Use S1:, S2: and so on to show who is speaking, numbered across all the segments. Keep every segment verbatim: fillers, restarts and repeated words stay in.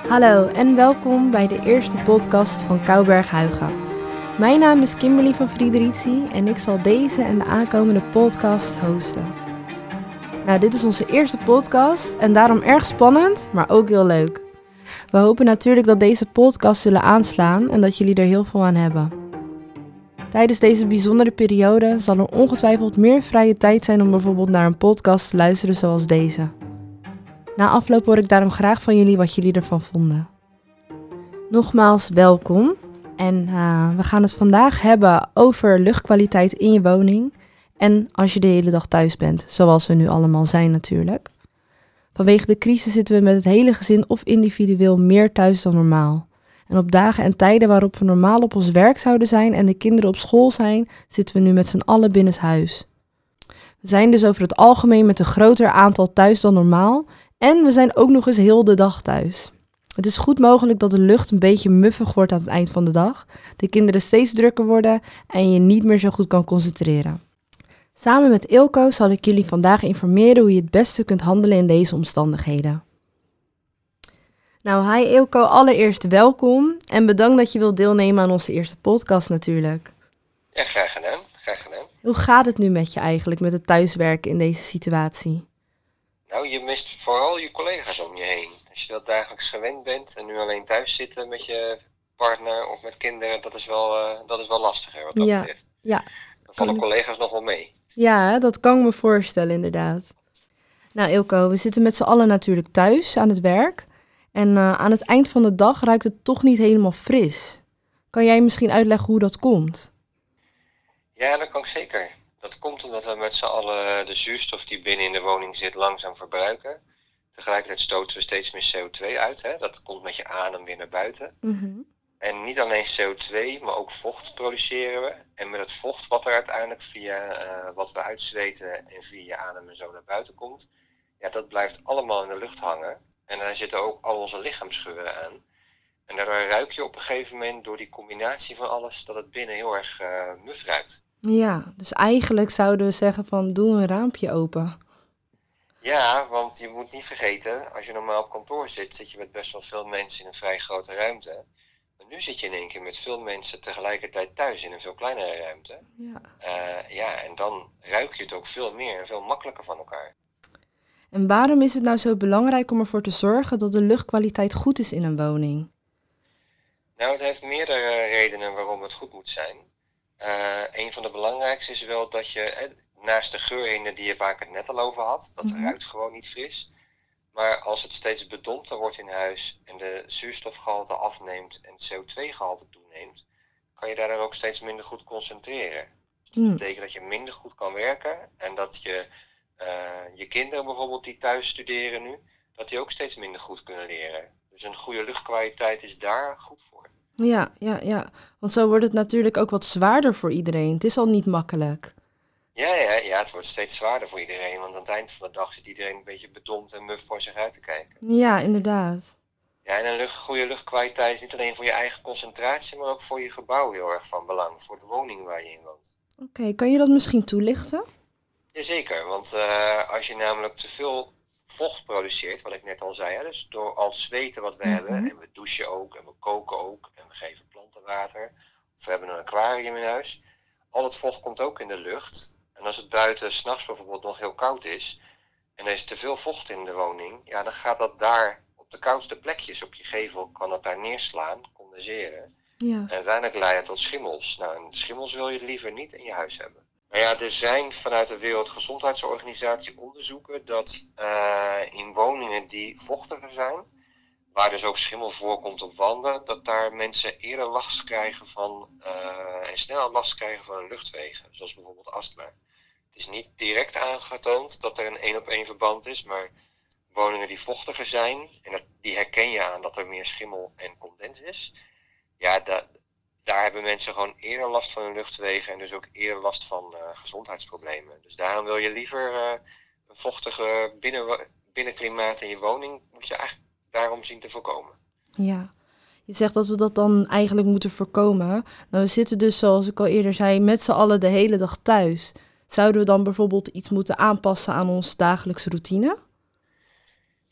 S1: Hallo en welkom bij de eerste podcast van Kouberg-Huygen. Mijn naam is Kimberly van Friederici en ik zal deze en de aankomende podcast hosten. Nou, dit is onze eerste podcast en daarom erg spannend, maar ook heel leuk. We hopen natuurlijk dat deze podcast zullen aanslaan en dat jullie er heel veel aan hebben. Tijdens deze bijzondere periode zal er ongetwijfeld meer vrije tijd zijn om bijvoorbeeld naar een podcast te luisteren zoals deze. Na afloop hoor ik daarom graag van jullie wat jullie ervan vonden. Nogmaals welkom en uh, we gaan het vandaag hebben over luchtkwaliteit in je woning en als je de hele dag thuis bent, zoals we nu allemaal zijn natuurlijk. Vanwege de crisis zitten we met het hele gezin of individueel meer thuis dan normaal. En op dagen en tijden waarop we normaal op ons werk zouden zijn en de kinderen op school zijn, zitten we nu met z'n allen binnenshuis. We zijn dus over het algemeen met een groter aantal thuis dan normaal en we zijn ook nog eens heel de dag thuis. Het is goed mogelijk dat de lucht een beetje muffig wordt aan het eind van de dag, de kinderen steeds drukker worden en je niet meer zo goed kan concentreren. Samen met Eelco zal ik jullie vandaag informeren hoe je het beste kunt handelen in deze omstandigheden. Nou, hi Eelco, allereerst welkom en bedankt dat je wilt deelnemen aan onze eerste podcast natuurlijk.
S2: Ja, graag gedaan. Graag gedaan.
S1: Hoe gaat het nu met je eigenlijk met het thuiswerken in deze situatie?
S2: Nou, je mist vooral je collega's om je heen. Als je dat dagelijks gewend bent en nu alleen thuis zitten met je partner of met kinderen, dat is wel, uh, dat is wel lastiger wat dat
S1: Ja,
S2: betreft.
S1: ja.
S2: Dan vallen collega's nog wel mee.
S1: Ja, dat kan ik me voorstellen inderdaad. Nou Eelco, we zitten met z'n allen natuurlijk thuis aan het werk. En uh, aan het eind van de dag ruikt het toch niet helemaal fris. Kan jij misschien uitleggen hoe dat komt?
S2: Ja, dat kan ik zeker. Dat komt omdat we met z'n allen de zuurstof die binnen in de woning zit langzaam verbruiken. Tegelijkertijd stoten we steeds meer C O twee uit. Hè? Dat komt met je adem weer naar buiten.
S1: Mm-hmm.
S2: En niet alleen C O twee, maar ook vocht produceren we. En met het vocht wat er uiteindelijk via uh, wat we uitzweten en via je adem en zo naar buiten komt. Ja, dat blijft allemaal in de lucht hangen. En daar zitten ook al onze lichaamsgeuren aan. En daardoor ruik je op een gegeven moment door die combinatie van alles dat het binnen heel erg uh, muf ruikt.
S1: Ja, dus eigenlijk zouden we zeggen van doe een raampje open.
S2: Ja, want je moet niet vergeten, als je normaal op kantoor zit, zit je met best wel veel mensen in een vrij grote ruimte. Maar nu zit je in één keer met veel mensen tegelijkertijd thuis in een veel kleinere ruimte.
S1: Ja.
S2: Uh, ja, en dan ruik je het ook veel meer en veel makkelijker van elkaar.
S1: En waarom is het nou zo belangrijk om ervoor te zorgen dat de luchtkwaliteit goed is in een woning?
S2: Nou, het heeft meerdere redenen waarom het goed moet zijn. Uh, een van de belangrijkste is wel dat je, eh, naast de geurhinder die je vaak het net al over had, dat mm-hmm. ruikt gewoon niet fris. Maar als het steeds bedompter wordt in huis en de zuurstofgehalte afneemt en het C O twee gehalte toeneemt, kan je daardoor ook steeds minder goed concentreren. Dus dat mm. betekent dat je minder goed kan werken en dat je uh, je kinderen bijvoorbeeld die thuis studeren nu, dat die ook steeds minder goed kunnen leren. Dus een goede luchtkwaliteit is daar goed voor.
S1: Ja, ja, ja. Want zo wordt het natuurlijk ook wat zwaarder voor iedereen. Het is al niet makkelijk.
S2: Ja, ja, ja, het wordt steeds zwaarder voor iedereen. Want aan het eind van de dag zit iedereen een beetje bedompt en muf voor zich uit te kijken.
S1: Ja, inderdaad.
S2: Ja, en een lucht, goede luchtkwaliteit is niet alleen voor je eigen concentratie, maar ook voor je gebouw heel erg van belang. Voor de woning waar je in woont.
S1: Oké, okay, kan je dat misschien toelichten?
S2: Jazeker, want uh, als je namelijk te veel vocht produceert, wat ik net al zei, hè, dus door al het zweten wat we mm-hmm. hebben, en we douchen ook, en we koken ook, en we geven planten water, of we hebben een aquarium in huis, al het vocht komt ook in de lucht. En als het buiten 's nachts bijvoorbeeld nog heel koud is, en er is te veel vocht in de woning, ja, dan gaat dat daar op de koudste plekjes op je gevel, kan dat daar neerslaan, condenseren.
S1: Ja.
S2: En uiteindelijk leidt het tot schimmels. Nou, en schimmels wil je liever niet in je huis hebben. Nou ja, er zijn vanuit de Wereldgezondheidsorganisatie onderzoeken dat uh, in woningen die vochtiger zijn, waar dus ook schimmel voorkomt op wanden, dat daar mensen eerder last krijgen van, uh, en sneller last krijgen van hun luchtwegen, zoals bijvoorbeeld astma. Het is niet direct aangetoond dat er een één op één verband is, maar woningen die vochtiger zijn, en dat, die herken je aan dat er meer schimmel en condens is, ja, dat, daar hebben mensen gewoon eerder last van hun luchtwegen en dus ook eerder last van uh, gezondheidsproblemen. Dus daarom wil je liever uh, een vochtige binnen, binnenklimaat in je woning, moet je eigenlijk daarom zien te voorkomen.
S1: Ja, je zegt dat we dat dan eigenlijk moeten voorkomen. Nou, we zitten dus, zoals ik al eerder zei, met z'n allen de hele dag thuis. Zouden we dan bijvoorbeeld iets moeten aanpassen aan onze dagelijkse routine?
S2: Ja,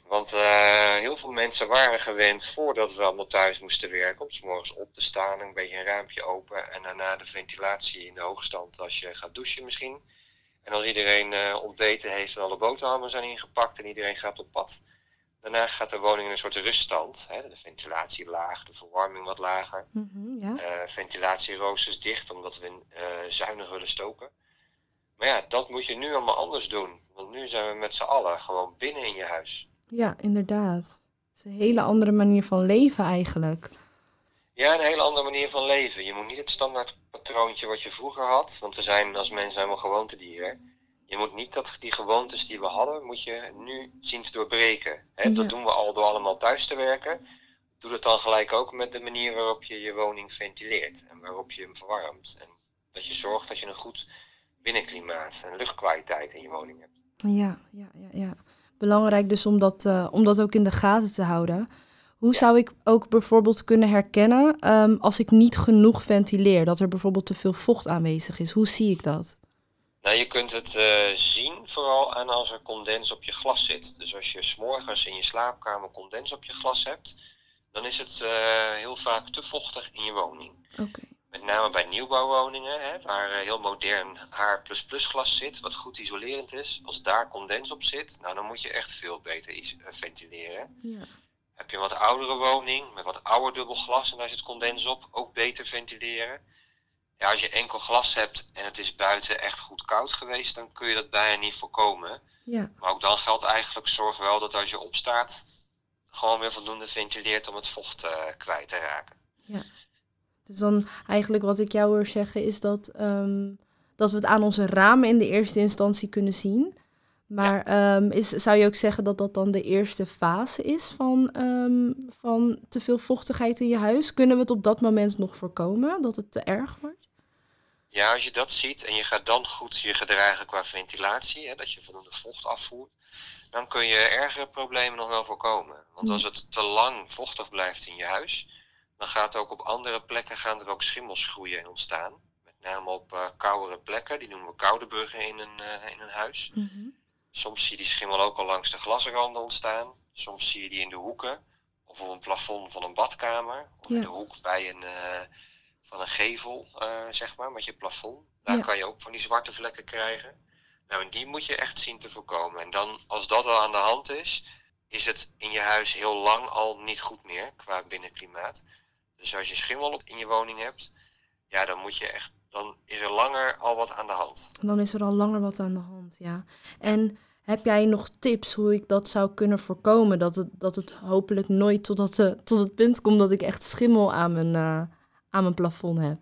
S2: Want uh, heel veel mensen waren gewend, voordat we allemaal thuis moesten werken, om 's morgens op te staan, een beetje een raampje open en daarna de ventilatie in de hoogstand als je gaat douchen misschien. En als iedereen uh, ontbeten heeft en alle boterhammen zijn ingepakt en iedereen gaat op pad, daarna gaat de woning in een soort ruststand. Hè? De ventilatie laag, de verwarming wat lager.
S1: Mm-hmm, ja.
S2: Uh, ventilatieroosters dicht, omdat we uh, zuinig willen stoken. Maar ja, dat moet je nu allemaal anders doen. Want nu zijn we met z'n allen gewoon binnen in je huis.
S1: Ja, inderdaad. Het is een hele andere manier van leven eigenlijk.
S2: Ja, een hele andere manier van leven. Je moet niet het standaard patroontje wat je vroeger had. Want we zijn als mensen helemaal gewoontedieren. Je moet niet dat, die gewoontes die we hadden, moet je nu zien te doorbreken. Hè,
S1: Ja.
S2: Dat doen we al door allemaal thuis te werken. Doe dat dan gelijk ook met de manier waarop je je woning ventileert. En waarop je hem verwarmt. En dat je zorgt dat je een goed binnenklimaat en luchtkwaliteit in je woning hebt.
S1: Ja, ja, ja, ja. Belangrijk dus om dat, uh, om dat ook in de gaten te houden. Hoe
S2: Ja.
S1: zou ik ook bijvoorbeeld kunnen herkennen um, als ik niet genoeg ventileer? Dat er bijvoorbeeld te veel vocht aanwezig is. Hoe zie ik dat?
S2: Nou, je kunt het uh, zien vooral aan als er condens op je glas zit. Dus als je 's morgens in je slaapkamer condens op je glas hebt, dan is het uh, heel vaak te vochtig in je woning.
S1: Okay.
S2: Met name bij nieuwbouwwoningen, hè, waar uh, heel modern H plus plus glas zit, wat goed isolerend is. Als daar condens op zit, nou, dan moet je echt veel beter is- uh, ventileren.
S1: Ja.
S2: Heb je een wat oudere woning met wat ouder dubbel glas en daar zit condens op, ook beter ventileren. Ja, als je enkel glas hebt en het is buiten echt goed koud geweest, dan kun je dat bijna niet voorkomen.
S1: Ja.
S2: Maar ook dan geldt eigenlijk, zorg wel dat als je opstaat, gewoon weer voldoende ventileert om het vocht uh, kwijt te raken.
S1: Ja. Dus dan eigenlijk wat ik jou hoor zeggen is dat, um, dat we het aan onze ramen in de eerste instantie kunnen zien. Maar ja. um, is, zou je ook zeggen dat dat dan de eerste fase is van, um, van te veel vochtigheid in je huis? Kunnen we het op dat moment nog voorkomen, dat het te erg wordt?
S2: Ja, als je dat ziet en je gaat dan goed je gedragen qua ventilatie, hè, dat je voldoende vocht afvoert, dan kun je ergere problemen nog wel voorkomen. Want als het te lang vochtig blijft in je huis, dan gaat ook op andere plekken gaan er ook schimmels groeien en ontstaan. Met name op uh, koudere plekken, die noemen we koude bruggen in een, uh, in een huis.
S1: Mm-hmm.
S2: Soms zie je die schimmel ook al langs de glasranden ontstaan. Soms zie je die in de hoeken, of op een plafond van een badkamer, of ja. in de hoek bij een, uh, van een gevel, uh, zeg maar, met je plafond. Daar ja. kan je ook van die zwarte vlekken krijgen. Nou, en die moet je echt zien te voorkomen. En dan, als dat al aan de hand is, is het in je huis heel lang al niet goed meer qua binnenklimaat. Dus als je schimmel in je woning hebt, ja, dan moet je echt, dan is er langer al wat aan de hand.
S1: Dan is er al langer wat aan de hand, ja. En heb jij nog tips hoe ik dat zou kunnen voorkomen? Dat het, dat het hopelijk nooit tot, dat, uh, tot het punt komt dat ik echt schimmel aan mijn, uh, aan mijn plafond heb.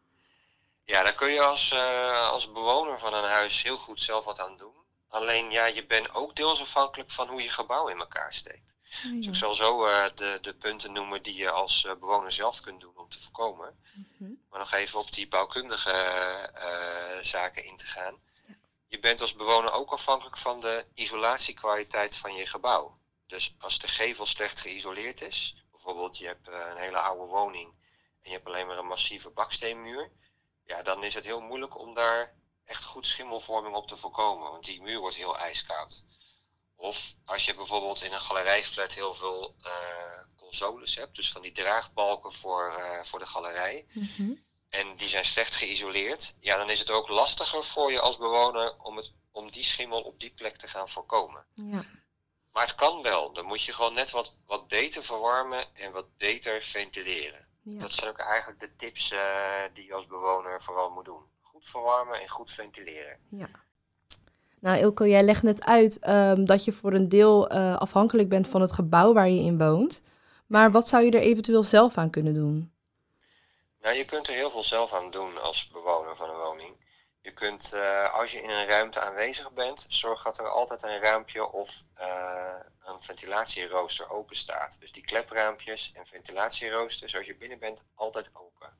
S2: Ja, daar kun je als, uh, als bewoner van een huis heel goed zelf wat aan doen. Alleen ja, je bent ook deels afhankelijk van hoe je gebouw in elkaar steekt. Oh, ja. Dus ik zal zo uh, de, de punten noemen die je als uh, bewoner zelf kunt doen om te voorkomen. Mm-hmm. Maar nog even op die bouwkundige uh, zaken in te gaan. Ja. Je bent als bewoner ook afhankelijk van de isolatiekwaliteit van je gebouw. Dus als de gevel slecht geïsoleerd is, bijvoorbeeld je hebt uh, een hele oude woning en je hebt alleen maar een massieve baksteenmuur, ja, dan is het heel moeilijk om daar echt goed schimmelvorming op te voorkomen, want die muur wordt heel ijskoud. Of als je bijvoorbeeld in een galerijflat heel veel uh, consoles hebt, dus van die draagbalken voor, uh, voor de galerij, mm-hmm. en die zijn slecht geïsoleerd, ja, dan is het ook lastiger voor je als bewoner om, het, om die schimmel op die plek te gaan voorkomen.
S1: Ja.
S2: Maar het kan wel, dan moet je gewoon net wat, wat beter verwarmen en wat beter ventileren. Ja. Dat zijn ook eigenlijk de tips uh, die je als bewoner vooral moet doen. Goed verwarmen en goed ventileren.
S1: Ja. Nou Ilko, jij legt net uit um, dat je voor een deel uh, afhankelijk bent van het gebouw waar je in woont. Maar wat zou je er eventueel zelf aan kunnen doen?
S2: Nou, je kunt er heel veel zelf aan doen als bewoner van een woning. Je kunt, uh, als je in een ruimte aanwezig bent, zorg dat er altijd een raampje of uh, een ventilatierooster open staat. Dus die klepraampjes en ventilatieroosters, als je binnen bent, altijd open.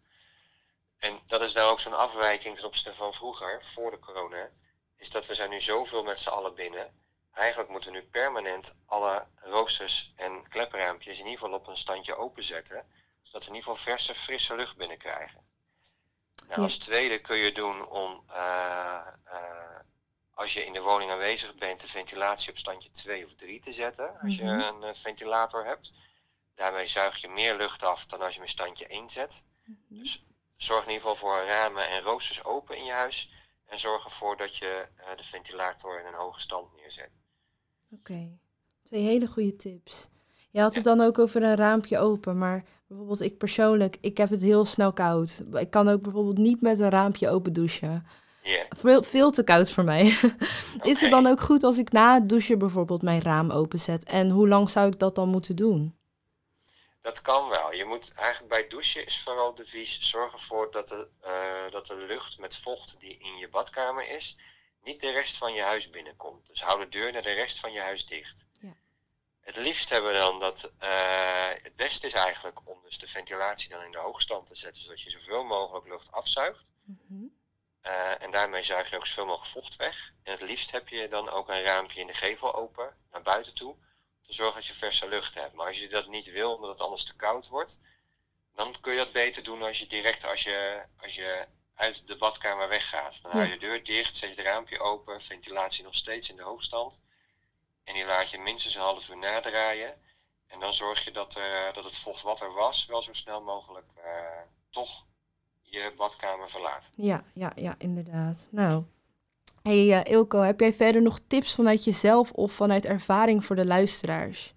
S2: En dat is nou ook zo'n afwijking ten opzichte van vroeger, voor de corona, is dat we zijn nu zoveel met z'n allen binnen. Eigenlijk moeten we nu permanent alle roosters en klepraampjes in ieder geval op een standje openzetten, zodat we in ieder geval verse, frisse lucht binnenkrijgen. Nou, als tweede kun je doen om uh, uh, als je in de woning aanwezig bent, de ventilatie op standje twee of drie te zetten. Als je
S1: Mhm.
S2: een uh, ventilator hebt. Daarmee zuig je meer lucht af dan als je hem in standje één zet.
S1: Mhm.
S2: Dus zorg in ieder geval voor ramen en roosters open in je huis. En zorg ervoor dat je uh, de ventilator in een hoge stand neerzet.
S1: Oké, okay. Twee hele goede tips. Je had het
S2: Ja.
S1: dan ook over een raampje open, maar bijvoorbeeld ik persoonlijk, ik heb het heel snel koud. Ik kan ook bijvoorbeeld niet met een raampje open douchen.
S2: Yeah.
S1: Veel, veel te koud voor mij. Is het
S2: Okay.
S1: dan ook goed als ik na het douchen bijvoorbeeld mijn raam openzet? En hoe lang zou ik dat dan moeten doen?
S2: Dat kan wel. Je moet eigenlijk bij douchen is vooral devies: zorg ervoor dat de, uh, dat de lucht met vocht die in je badkamer is, niet de rest van je huis binnenkomt. Dus hou de deur naar de rest van je huis dicht.
S1: Ja.
S2: Het liefst hebben we dan dat, uh, het beste is eigenlijk om dus de ventilatie dan in de hoogstand te zetten, zodat je zoveel mogelijk lucht afzuigt.
S1: Mm-hmm.
S2: Uh, en daarmee zuig je ook zoveel mogelijk vocht weg. En het liefst heb je dan ook een raampje in de gevel open, naar buiten toe, om te zorgen dat je verse lucht hebt. Maar als je dat niet wil, omdat het anders te koud wordt, dan kun je dat beter doen als je direct als je, als je uit de badkamer weggaat. Dan hou je
S1: Ja.
S2: de deur dicht, zet je het raampje open, ventilatie nog steeds in de hoogstand. En die laat je minstens een half uur nadraaien. En dan zorg je dat, uh, dat het vocht wat er was, wel zo snel mogelijk uh, toch je badkamer verlaat.
S1: Ja, ja, ja, inderdaad. Nou, hey uh, Ilko, heb jij verder nog tips vanuit jezelf of vanuit ervaring voor de luisteraars?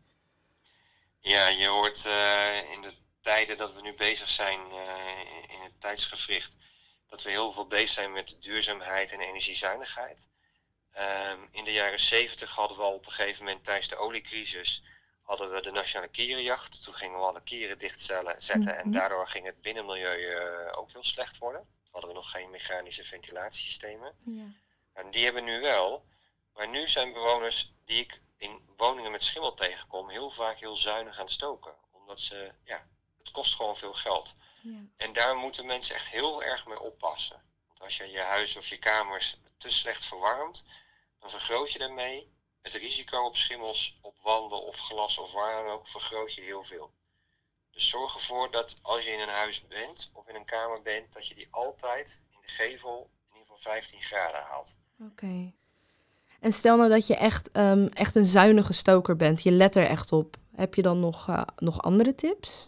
S2: Ja, je hoort uh, in de tijden dat we nu bezig zijn uh, in het tijdsgevricht, dat we heel veel bezig zijn met duurzaamheid en energiezuinigheid. Um, in de jaren zeventig hadden we al op een gegeven moment tijdens de oliecrisis hadden we de nationale kierenjacht. Toen gingen we alle kieren dichtzetten
S1: Mm-hmm.
S2: en daardoor ging het binnenmilieu uh, ook heel slecht worden. Toen hadden we nog geen mechanische ventilatiesystemen.
S1: Ja.
S2: En die hebben we nu wel. Maar nu zijn bewoners die ik in woningen met schimmel tegenkom heel vaak heel zuinig aan het stoken. Omdat ze, ja, het kost gewoon veel geld.
S1: Ja.
S2: En daar moeten mensen echt heel erg mee oppassen. Want als je je huis of je kamers te slecht verwarmt, dan vergroot je daarmee het risico op schimmels op wanden of glas of waar dan ook, vergroot je heel veel. Dus zorg ervoor dat als je in een huis bent of in een kamer bent, dat je die altijd in de gevel in ieder geval vijftien graden haalt.
S1: Oké. Okay. En stel nou dat je echt, um, echt een zuinige stoker bent, je let er echt op. Heb je dan nog, uh, nog andere tips?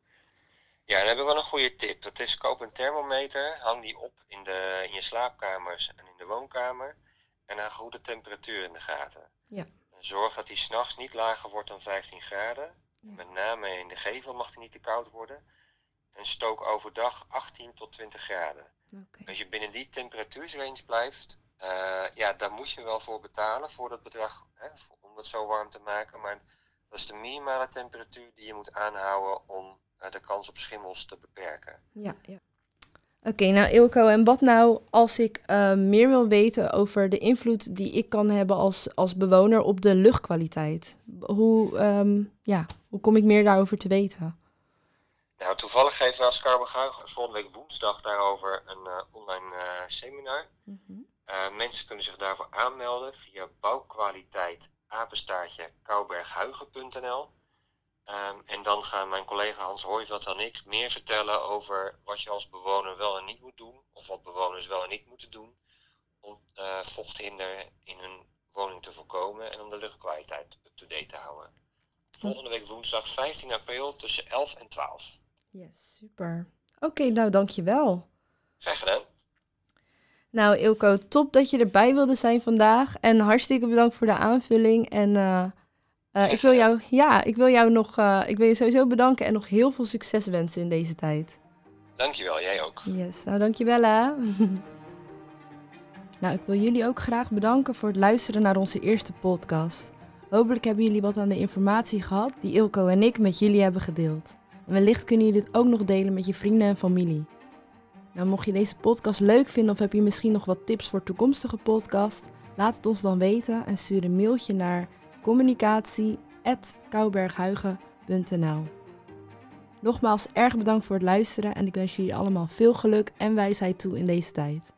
S2: Ja, dan heb ik wel een goede tip. Dat is, koop een thermometer, hang die op in, de, in je slaapkamers en in de woonkamer. En hou goed de temperatuur in de gaten.
S1: Ja.
S2: En zorg dat die 's nachts niet lager wordt dan vijftien graden.
S1: Ja.
S2: Met name in de gevel mag die niet te koud worden. En stook overdag achttien tot twintig graden.
S1: Okay.
S2: Als je binnen die temperatuursrange blijft, uh, ja, daar moet je wel voor betalen voor dat bedrag, hè, om het zo warm te maken. Maar dat is de minimale temperatuur die je moet aanhouden om uh, de kans op schimmels te beperken.
S1: Ja, ja. Oké, okay, nou Ilko, en wat nou als ik uh, meer wil weten over de invloed die ik kan hebben als, als bewoner op de luchtkwaliteit? Hoe, um, ja, hoe kom ik meer daarover te weten?
S2: Nou, toevallig geven we als Cowberg volgende week woensdag daarover een uh, online uh, seminar. Mm-hmm. Uh, mensen kunnen zich daarvoor aanmelden via bouwkwaliteit apenstaartje kouberghuigen punt n l. Um, en dan gaan mijn collega Hans Hooiveld en ik meer vertellen over wat je als bewoner wel en niet moet doen, of wat bewoners wel en niet moeten doen, om uh, vochthinder in hun woning te voorkomen en om de luchtkwaliteit up-to-date te houden. Volgende week woensdag vijftien april tussen elf en twaalf.
S1: Yes, super. Oké, okay, nou dankjewel.
S2: Graag gedaan.
S1: Nou Ilko, top dat je erbij wilde zijn vandaag en hartstikke bedankt voor de aanvulling en uh, uh, ik wil jou, ja, ik wil jou nog, uh, ik wil je sowieso bedanken en nog heel veel succes wensen in deze tijd.
S2: Dankjewel, jij ook.
S1: Yes, nou dankjewel hè. Nou, ik wil jullie ook graag bedanken voor het luisteren naar onze eerste podcast. Hopelijk hebben jullie wat aan de informatie gehad die Ilko en ik met jullie hebben gedeeld. En wellicht kunnen jullie dit ook nog delen met je vrienden en familie. Nou, mocht je deze podcast leuk vinden of heb je misschien nog wat tips voor toekomstige podcast, laat het ons dan weten en stuur een mailtje naar communicatie apenstaartje kouberghuigen punt n l. Nogmaals erg bedankt voor het luisteren en ik wens jullie allemaal veel geluk en wijsheid toe in deze tijd.